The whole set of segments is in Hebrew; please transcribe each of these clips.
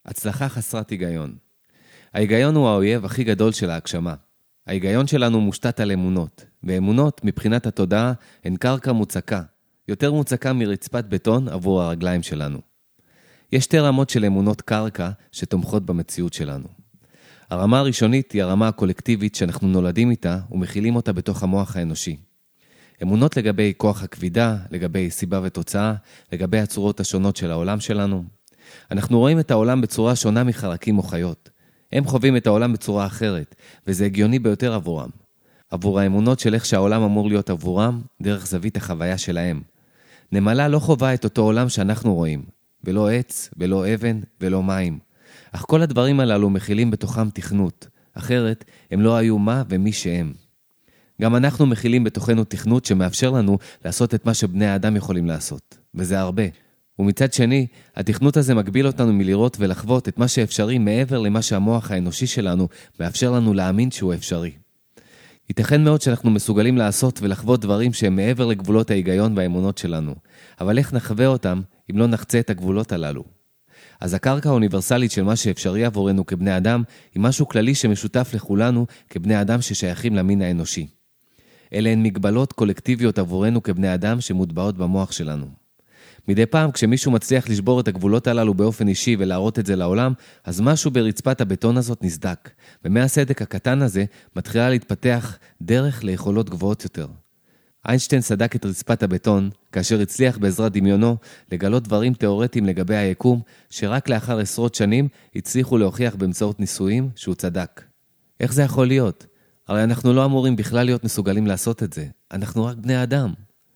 הצלחה חסרת היגיון. ההיגיון הוא האויב הכי גדול של ההגשמה. ההיגיון שלנו מושתת על אמונות, ואמונות מבחינת התודעה הן קרקע מוצקה, יותר מוצקה מרצפת בטון עבור הרגליים שלנו. יש שתי רמות של אמונות קרקע שתומכות במציאות שלנו. הרמה הראשונית היא הרמה הקולקטיבית שאנחנו נולדים איתה ומכילים אותה בתוך המוח האנושי. אמונות לגבי כוח הכבידה, לגבי סיבה ותוצאה, לגבי הצורות השונות של העולם שלנו. אנחנו רואים את העולם בצורה שונה מחרקים או חיות. הם חווים את העולם בצורה אחרת, וזה הגיוני ביותר עבורם. עבור האמונות של איך שהעולם אמור להיות עבורם, דרך זווית החוויה שלהם. נמלה לא חווה את אותו עולם שאנחנו רואים, ולא עץ, ולא אבן, ולא מים. אך כל הדברים הללו מכילים בתוכם תכנות, אחרת הם לא היו מה ומי שהם. גם אנחנו מכילים בתוכנו תכנות שמאפשר לנו לעשות את מה שבני האדם יכולים לעשות, וזה הרבה. ומצד שני, התכנות הזה מגביל אותנו מלראות ולחוות את מה שאפשרי מעבר למה שהמוח האנושי שלנו מאפשר לנו להאמין שהוא אפשרי. ייתכן מאוד שאנחנו מסוגלים לעשות ולחוות דברים שהם מעבר לגבולות ההיגיון והאמונות שלנו, אבל איך נחווה אותם אם לא נחצה את הגבולות הללו? אז הקרקע האוניברסלית של מה שאפשרי עבורנו כבני אדם היא משהו כללי שמשותף לכולנו כבני אדם ששייכים למין האנושי. אלה הן מגבלות קולקטיביות עבורנו כבני אדם שמוטבעות במוח שלנו. מדי פעם כשמישהו מצליח לשבור את הגבולות הללו באופן אישי ולהראות את זה לעולם, אז משהו ברצפת הבטון הזאת נסדק, ומהסדק הקטן הזה מתחילה להתפתח דרך ליכולות גבוהות יותר. איינשטיין סדק את רצפת הבטון, כאשר הצליח בעזרת דמיונו לגלות דברים תיאורטיים לגבי היקום, שרק לאחר עשרות שנים הצליחו להוכיח באמצעות ניסויים שהוא צדק. איך זה יכול להיות? הרי אנחנו לא אמורים בכלל להיות מסוגלים לעשות את זה, אנחנו רק בני אדם.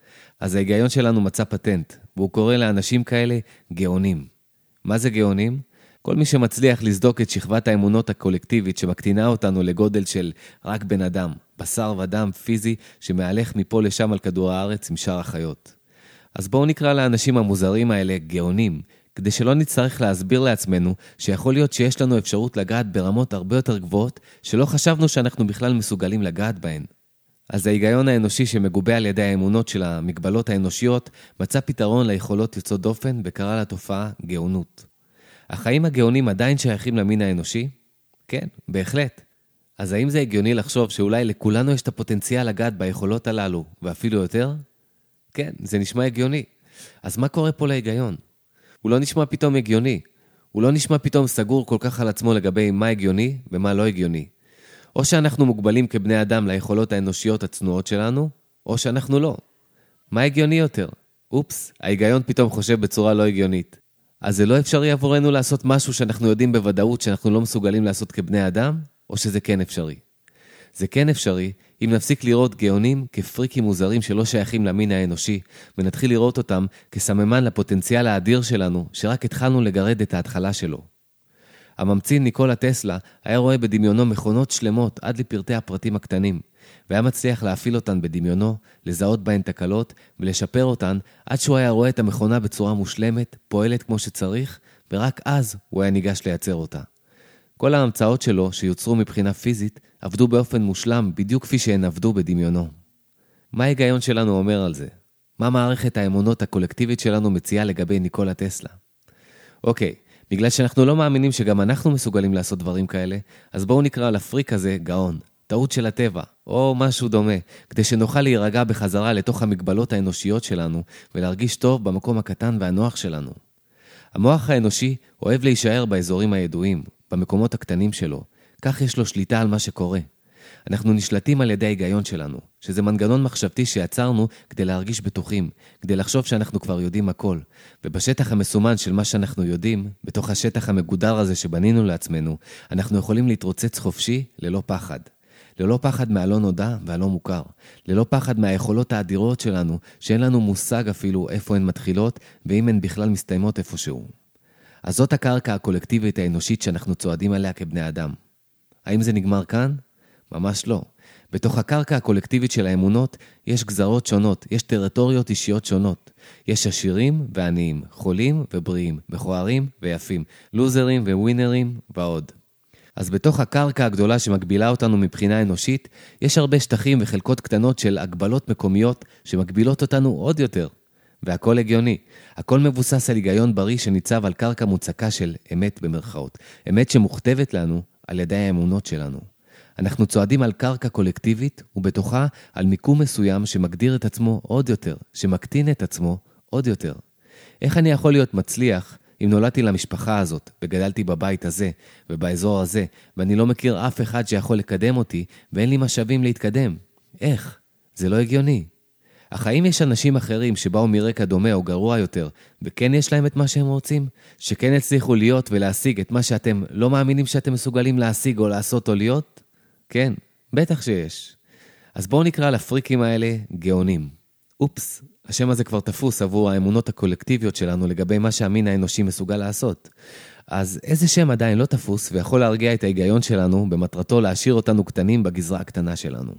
אז ההיגיון שלנו מצא פטנט, והוא קורא לאנשים כאלה גאונים. מה זה גאונים? כל מי שמצליח לסדוק את שכבת האמונות הקולקטיבית שמקטינה אותנו לגודל של רק בן אדם, בשר ודם פיזי שמהלך מפה לשם על כדור הארץ עם שאר החיות. אז בואו נקרא לאנשים המוזרים האלה גאונים, כדי שלא נצטרך להסביר לעצמנו שיכול להיות שיש לנו אפשרות לגעת ברמות הרבה יותר גבוהות שלא חשבנו שאנחנו בכלל מסוגלים לגעת בהן. אז ההיגיון האנושי שמגובה על ידי האמונות של המגבלות האנושיות מצא פתרון ליכולות יוצאות דופן וקרא לתופעה גאונות. החיים הגאונים עדיין שייכים למין האנושי? כן, בהחלט. אז האם זה הגיוני לחשוב שאולי לכולנו יש את הפוטנציאל לגעת ביכולות הללו ואפילו יותר? כן, זה נשמע הגיוני. אז מה קורה פה להיגיון? הוא לא נשמע פתאום הגיוני. הוא לא נשמע פתאום סגור כל כך על עצמו לגבי מה הגיוני ומה לא הגיוני. או שאנחנו מוגבלים כבני אדם ליכולות האנושיות הצנועות שלנו, או שאנחנו לא. מה הגיוני יותר? אופס, ההיגיון פתאום חושב בצורה לא הגיונית. אז זה לא אפשרי עבורנו לעשות משהו שאנחנו יודעים בוודאות שאנחנו לא מסוגלים לעשות כבני אדם, או שזה כן אפשרי? זה כן אפשרי אם נפסיק לראות גאונים כפריקים מוזרים שלא שייכים למין האנושי, ונתחיל לראות אותם כסממן לפוטנציאל האדיר שלנו, שרק התחלנו לגרד את ההתחלה שלו. הממציא ניקולה טסלה היה רואה בדמיונו מכונות שלמות עד לפרטי הפרטים הקטנים, והיה מצליח להפעיל אותן בדמיונו, לזהות בהן תקלות ולשפר אותן עד שהוא היה רואה את המכונה בצורה מושלמת, פועלת כמו שצריך, ורק אז הוא היה ניגש לייצר אותה. כל ההמצאות שלו שיוצרו מבחינה פיזית עבדו באופן מושלם בדיוק כפי שהן עבדו בדמיונו. מה ההיגיון שלנו אומר על זה? מה מערכת האמונות הקולקטיבית שלנו מציעה לגבי ניקולה טסלה? אוקיי, בגלל שאנחנו לא מאמינים שגם אנחנו מסוגלים לעשות דברים כאלה, אז בואו נקרא לפריק הזה גאון, טעות של הטבע, או משהו דומה, כדי שנוכל להירגע בחזרה לתוך המגבלות האנושיות שלנו, ולהרגיש טוב במקום הקטן והנוח שלנו. המוח האנושי אוהב להישאר באזורים הידועים, במקומות הקטנים שלו, כך יש לו שליטה על מה שקורה. אנחנו נשלטים על ידי ההיגיון שלנו, שזה מנגנון מחשבתי שיצרנו כדי להרגיש בטוחים, כדי לחשוב שאנחנו כבר יודעים הכל. ובשטח המסומן של מה שאנחנו יודעים, בתוך השטח המגודר הזה שבנינו לעצמנו, אנחנו יכולים להתרוצץ חופשי ללא פחד. ללא פחד מהלא נודע והלא מוכר. ללא פחד מהיכולות האדירות שלנו, שאין לנו מושג אפילו איפה הן מתחילות, ואם הן בכלל מסתיימות איפשהו. אז זאת הקרקע הקולקטיבית האנושית שאנחנו צועדים עליה כבני אדם. האם זה נגמר כאן? ממש לא. בתוך הקרקע הקולקטיבית של האמונות יש גזרות שונות, יש טריטוריות אישיות שונות. יש עשירים ועניים, חולים ובריאים, מכוערים ויפים, לוזרים וווינרים ועוד. אז בתוך הקרקע הגדולה שמגבילה אותנו מבחינה אנושית, יש הרבה שטחים וחלקות קטנות של הגבלות מקומיות שמגבילות אותנו עוד יותר. והכל הגיוני. הכל מבוסס על היגיון בריא שניצב על קרקע מוצקה של אמת במרכאות. אמת שמוכתבת לנו על ידי האמונות שלנו. אנחנו צועדים על קרקע קולקטיבית ובתוכה על מיקום מסוים שמגדיר את עצמו עוד יותר, שמקטין את עצמו עוד יותר. איך אני יכול להיות מצליח אם נולדתי למשפחה הזאת וגדלתי בבית הזה ובאזור הזה ואני לא מכיר אף אחד שיכול לקדם אותי ואין לי משאבים להתקדם? איך? זה לא הגיוני. אך האם יש אנשים אחרים שבאו מרקע דומה או גרוע יותר וכן יש להם את מה שהם רוצים? שכן הצליחו להיות ולהשיג את מה שאתם לא מאמינים שאתם מסוגלים להשיג או לעשות או להיות? כן, בטח שיש. אז בואו נקרא לפריקים האלה גאונים. אופס, השם הזה כבר תפוס עבור האמונות הקולקטיביות שלנו לגבי מה שהמין האנושי מסוגל לעשות. אז איזה שם עדיין לא תפוס ויכול להרגיע את ההיגיון שלנו במטרתו להשאיר אותנו קטנים בגזרה הקטנה שלנו?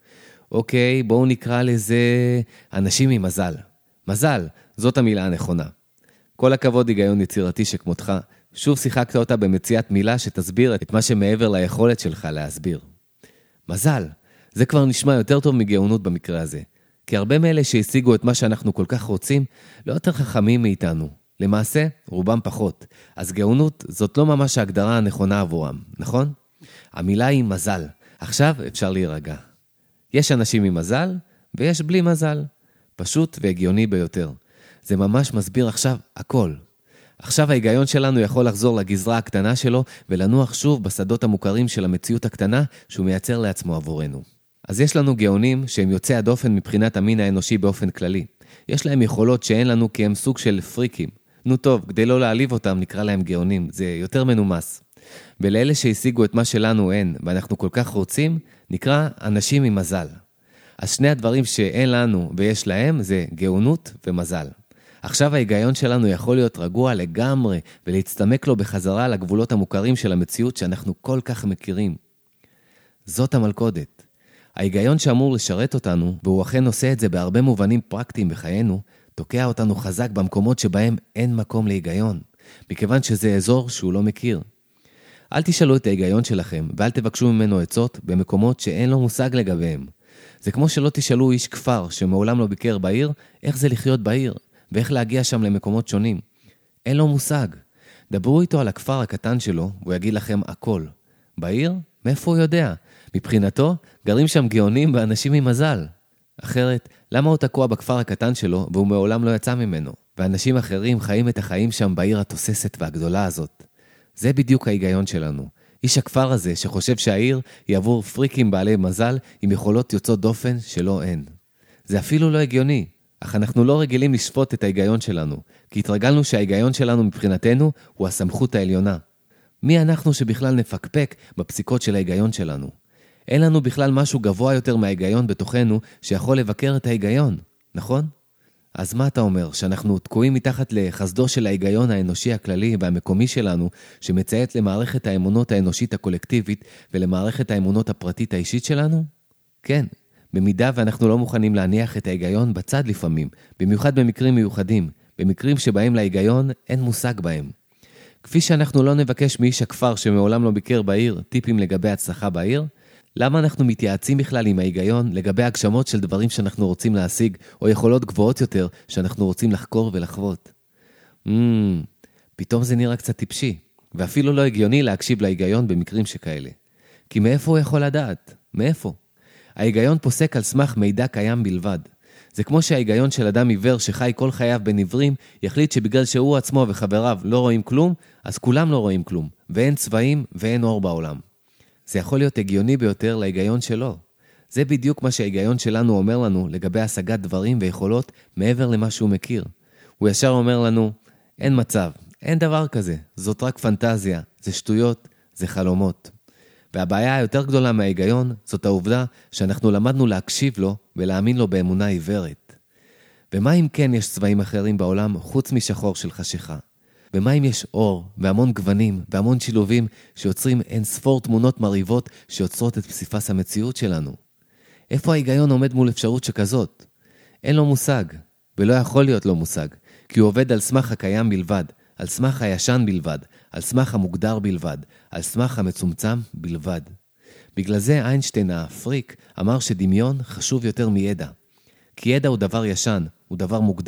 אוקיי, בואו נקרא לזה אנשים עם מזל. מזל, זאת המילה הנכונה. כל הכבוד היגיון יצירתי שכמותך, שוב שיחקת אותה במציאת מילה שתסביר את מה שמעבר ליכולת שלך להסביר. מזל, זה כבר נשמע יותר טוב מגאונות במקרה הזה. כי הרבה מאלה שהשיגו את מה שאנחנו כל כך רוצים, לא יותר חכמים מאיתנו. למעשה, רובם פחות. אז גאונות זאת לא ממש ההגדרה הנכונה עבורם, נכון? המילה היא מזל. עכשיו אפשר להירגע. יש אנשים עם מזל ויש בלי מזל. פשוט והגיוני ביותר. זה ממש מסביר עכשיו הכל. עכשיו ההיגיון שלנו יכול לחזור לגזרה הקטנה שלו ולנוח שוב בשדות המוכרים של המציאות הקטנה שהוא מייצר לעצמו עבורנו. אז יש לנו גאונים שהם יוצאי הדופן מבחינת המין האנושי באופן כללי. יש להם יכולות שאין לנו כי הם סוג של פריקים. נו טוב, כדי לא להעליב אותם נקרא להם גאונים, זה יותר מנומס. ולאלה שהשיגו את מה שלנו אין ואנחנו כל כך רוצים, נקרא אנשים עם מזל. אז שני הדברים שאין לנו ויש להם זה גאונות ומזל. עכשיו ההיגיון שלנו יכול להיות רגוע לגמרי ולהצטמק לו בחזרה לגבולות המוכרים של המציאות שאנחנו כל כך מכירים. זאת המלכודת. ההיגיון שאמור לשרת אותנו, והוא אכן עושה את זה בהרבה מובנים פרקטיים בחיינו, תוקע אותנו חזק במקומות שבהם אין מקום להיגיון, מכיוון שזה אזור שהוא לא מכיר. אל תשאלו את ההיגיון שלכם, ואל תבקשו ממנו עצות במקומות שאין לו מושג לגביהם. זה כמו שלא תשאלו איש כפר שמעולם לא ביקר בעיר, איך זה לחיות בעיר, ואיך להגיע שם למקומות שונים. אין לו מושג. דברו איתו על הכפר הקטן שלו, והוא יגיד לכם הכל. בעיר? מאיפה הוא יודע? מבחינתו, גרים שם גאונים ואנשים עם מזל. אחרת, למה הוא תקוע בכפר הקטן שלו, והוא מעולם לא יצא ממנו? ואנשים אחרים חיים את החיים שם בעיר התוססת והגדולה הזאת. זה בדיוק ההיגיון שלנו. איש הכפר הזה שחושב שהעיר היא עבור פריקים בעלי מזל עם יכולות יוצאות דופן שלא אין. זה אפילו לא הגיוני, אך אנחנו לא רגילים לשפוט את ההיגיון שלנו, כי התרגלנו שההיגיון שלנו מבחינתנו הוא הסמכות העליונה. מי אנחנו שבכלל נפקפק בפסיקות של ההיגיון שלנו? אין לנו בכלל משהו גבוה יותר מההיגיון בתוכנו שיכול לבקר את ההיגיון, נכון? אז מה אתה אומר? שאנחנו תקועים מתחת לחסדו של ההיגיון האנושי הכללי והמקומי שלנו, שמציית למערכת האמונות האנושית הקולקטיבית ולמערכת האמונות הפרטית האישית שלנו? כן, במידה ואנחנו לא מוכנים להניח את ההיגיון בצד לפעמים, במיוחד במקרים מיוחדים, במקרים שבהם להיגיון אין מושג בהם. כפי שאנחנו לא נבקש מאיש הכפר שמעולם לא ביקר בעיר טיפים לגבי הצלחה בעיר, למה אנחנו מתייעצים בכלל עם ההיגיון לגבי הגשמות של דברים שאנחנו רוצים להשיג, או יכולות גבוהות יותר שאנחנו רוצים לחקור ולחוות? פתאום זה נראה קצת טיפשי, ואפילו לא הגיוני להקשיב להיגיון במקרים שכאלה. כי מאיפה הוא יכול לדעת? מאיפה? ההיגיון פוסק על סמך מידע קיים בלבד. זה כמו שההיגיון של אדם עיוור שחי כל חייו בין עיוורים, יחליט שבגלל שהוא עצמו וחבריו לא רואים כלום, אז כולם לא רואים כלום, ואין צבעים ואין אור בעולם. זה יכול להיות הגיוני ביותר להיגיון שלו. זה בדיוק מה שההיגיון שלנו אומר לנו לגבי השגת דברים ויכולות מעבר למה שהוא מכיר. הוא ישר אומר לנו, אין מצב, אין דבר כזה, זאת רק פנטזיה, זה שטויות, זה חלומות. והבעיה היותר גדולה מההיגיון זאת העובדה שאנחנו למדנו להקשיב לו ולהאמין לו באמונה עיוורת. ומה אם כן יש צבעים אחרים בעולם חוץ משחור של חשיכה? ומה אם יש אור והמון גוונים והמון שילובים שיוצרים אין ספור תמונות מרהיבות שיוצרות את פסיפס המציאות שלנו? איפה ההיגיון עומד מול אפשרות שכזאת? אין לו מושג, ולא יכול להיות לו מושג, כי הוא עובד על סמך הקיים בלבד, על סמך הישן בלבד, על סמך המוגדר בלבד, על סמך המצומצם בלבד. בגלל זה איינשטיין הפריק אמר שדמיון חשוב יותר מידע. כי ידע הוא דבר ישן, הוא דבר מוגדר,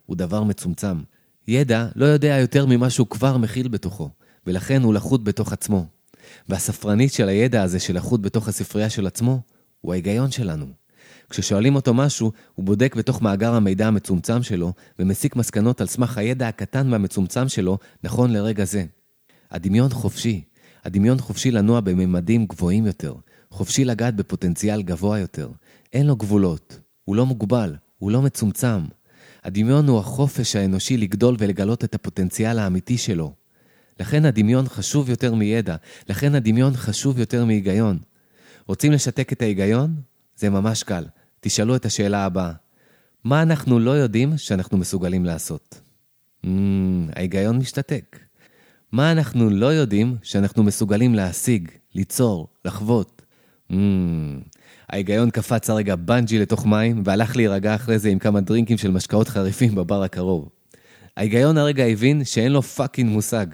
הוא דבר מצומצם. ידע לא יודע יותר ממה שהוא כבר מכיל בתוכו, ולכן הוא לחוד בתוך עצמו. והספרנית של הידע הזה שלחוד בתוך הספרייה של עצמו, הוא ההיגיון שלנו. כששואלים אותו משהו, הוא בודק בתוך מאגר המידע המצומצם שלו, ומסיק מסקנות על סמך הידע הקטן והמצומצם שלו, נכון לרגע זה. הדמיון חופשי. הדמיון חופשי לנוע בממדים גבוהים יותר. חופשי לגעת בפוטנציאל גבוה יותר. אין לו גבולות. הוא לא מוגבל. הוא לא מצומצם. הדמיון הוא החופש האנושי לגדול ולגלות את הפוטנציאל האמיתי שלו. לכן הדמיון חשוב יותר מידע. לכן הדמיון חשוב יותר מהיגיון. רוצים לשתק את ההיגיון? זה ממש קל. תשאלו את השאלה הבאה. מה אנחנו לא יודעים שאנחנו מסוגלים לעשות? ההיגיון משתתק. מה אנחנו לא יודעים שאנחנו מסוגלים להשיג, ליצור, לחוות? ההיגיון קפץ הרגע בנג'י לתוך מים, והלך להירגע אחרי זה עם כמה דרינקים של משקאות חריפים בבר הקרוב. ההיגיון הרגע הבין שאין לו פאקינג מושג.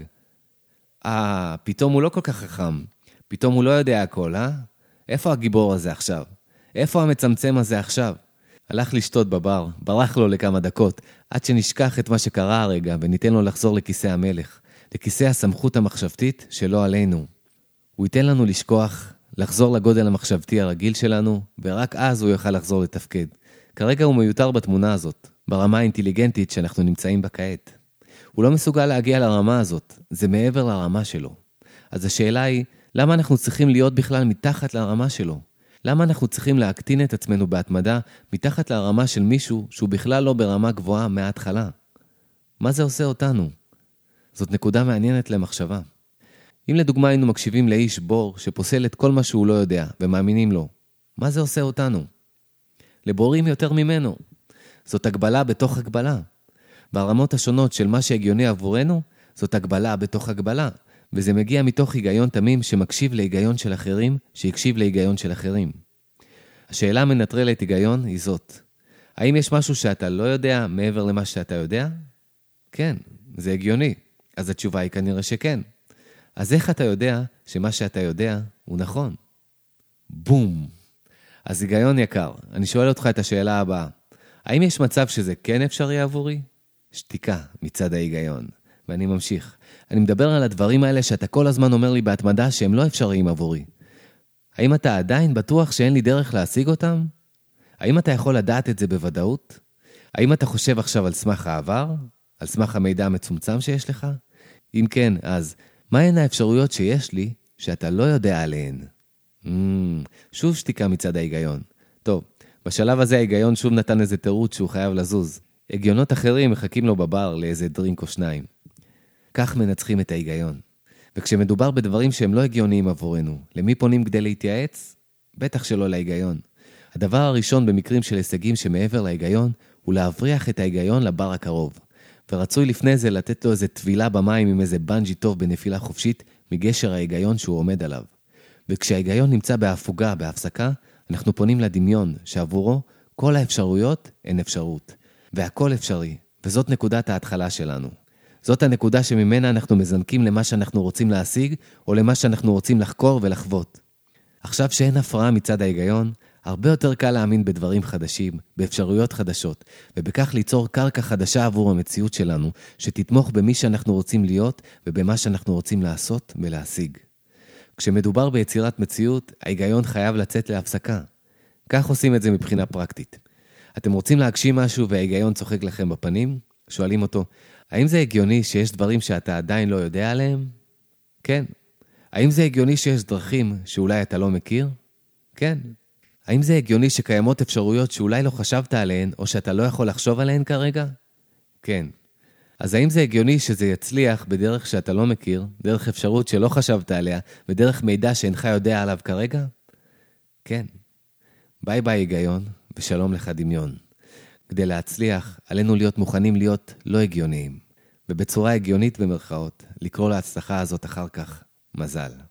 פתאום הוא לא כל כך חכם. פתאום הוא לא יודע הכל, איפה הגיבור הזה עכשיו? איפה המצמצם הזה עכשיו? הלך לשתות בבר, ברח לו לכמה דקות, עד שנשכח את מה שקרה הרגע, וניתן לו לחזור לכיסא המלך, לכיסא הסמכות המחשבתית שלא עלינו. הוא ייתן לנו לשכוח, לחזור לגודל המחשבתי הרגיל שלנו, ורק אז הוא יוכל לחזור לתפקד. כרגע הוא מיותר בתמונה הזאת, ברמה האינטליגנטית שאנחנו נמצאים בה כעת. הוא לא מסוגל להגיע לרמה הזאת, זה מעבר לרמה שלו. אז השאלה היא, למה אנחנו צריכים להיות בכלל מתחת לרמה שלו? למה אנחנו צריכים להקטין את עצמנו בהתמדה מתחת לרמה של מישהו שהוא בכלל לא ברמה גבוהה מההתחלה? מה זה עושה אותנו? זאת נקודה מעניינת למחשבה. אם לדוגמה היינו מקשיבים לאיש בור שפוסל את כל מה שהוא לא יודע ומאמינים לו, מה זה עושה אותנו? לבורים יותר ממנו. זאת הגבלה בתוך הגבלה. ברמות השונות של מה שהגיוני עבורנו, זאת הגבלה בתוך הגבלה. וזה מגיע מתוך היגיון תמים שמקשיב להיגיון של אחרים, שיקשיב להיגיון של אחרים. השאלה המנטרלת היגיון היא זאת. האם יש משהו שאתה לא יודע מעבר למה שאתה יודע? כן, זה הגיוני. אז התשובה היא כנראה שכן. אז איך אתה יודע שמה שאתה יודע הוא נכון? בום. אז היגיון יקר, אני שואל אותך את השאלה הבאה. האם יש מצב שזה כן אפשרי עבורי? שתיקה מצד ההיגיון. ואני ממשיך. אני מדבר על הדברים האלה שאתה כל הזמן אומר לי בהתמדה שהם לא אפשריים עבורי. האם אתה עדיין בטוח שאין לי דרך להשיג אותם? האם אתה יכול לדעת את זה בוודאות? האם אתה חושב עכשיו על סמך העבר? על סמך המידע המצומצם שיש לך? אם כן, אז מהן האפשרויות שיש לי שאתה לא יודע עליהן? שוב שתיקה מצד ההיגיון. טוב, בשלב הזה ההיגיון שוב נתן איזה תירוץ שהוא חייב לזוז. הגיונות אחרים מחכים לו בבר לאיזה דרינק או שניים. כך מנצחים את ההיגיון. וכשמדובר בדברים שהם לא הגיוניים עבורנו, למי פונים כדי להתייעץ? בטח שלא להיגיון. הדבר הראשון במקרים של הישגים שמעבר להיגיון, הוא להבריח את ההיגיון לבר הקרוב. ורצוי לפני זה לתת לו איזה טבילה במים עם איזה בנג'י טוב בנפילה חופשית מגשר ההיגיון שהוא עומד עליו. וכשההיגיון נמצא בהפוגה, בהפסקה, אנחנו פונים לדמיון, שעבורו כל האפשרויות הן אפשרות. והכל אפשרי, וזאת נקודת ההתחלה שלנו. זאת הנקודה שממנה אנחנו מזנקים למה שאנחנו רוצים להשיג, או למה שאנחנו רוצים לחקור ולחוות. עכשיו שאין הפרעה מצד ההיגיון, הרבה יותר קל להאמין בדברים חדשים, באפשרויות חדשות, ובכך ליצור קרקע חדשה עבור המציאות שלנו, שתתמוך במי שאנחנו רוצים להיות, ובמה שאנחנו רוצים לעשות ולהשיג. כשמדובר ביצירת מציאות, ההיגיון חייב לצאת להפסקה. כך עושים את זה מבחינה פרקטית. אתם רוצים להגשים משהו וההיגיון צוחק לכם בפנים? שואלים אותו, האם זה הגיוני שיש דברים שאתה עדיין לא יודע עליהם? כן. האם זה הגיוני שיש דרכים שאולי אתה לא מכיר? כן. האם זה הגיוני שקיימות אפשרויות שאולי לא חשבת עליהן או שאתה לא יכול לחשוב עליהן כרגע? כן. אז האם זה הגיוני שזה יצליח בדרך שאתה לא מכיר, דרך אפשרות שלא חשבת עליה ודרך מידע שאינך יודע עליו כרגע? כן. ביי ביי היגיון ושלום לך דמיון. כדי להצליח, עלינו להיות מוכנים להיות לא הגיוניים, ובצורה הגיונית במרכאות, לקרוא להצלחה הזאת אחר כך מזל.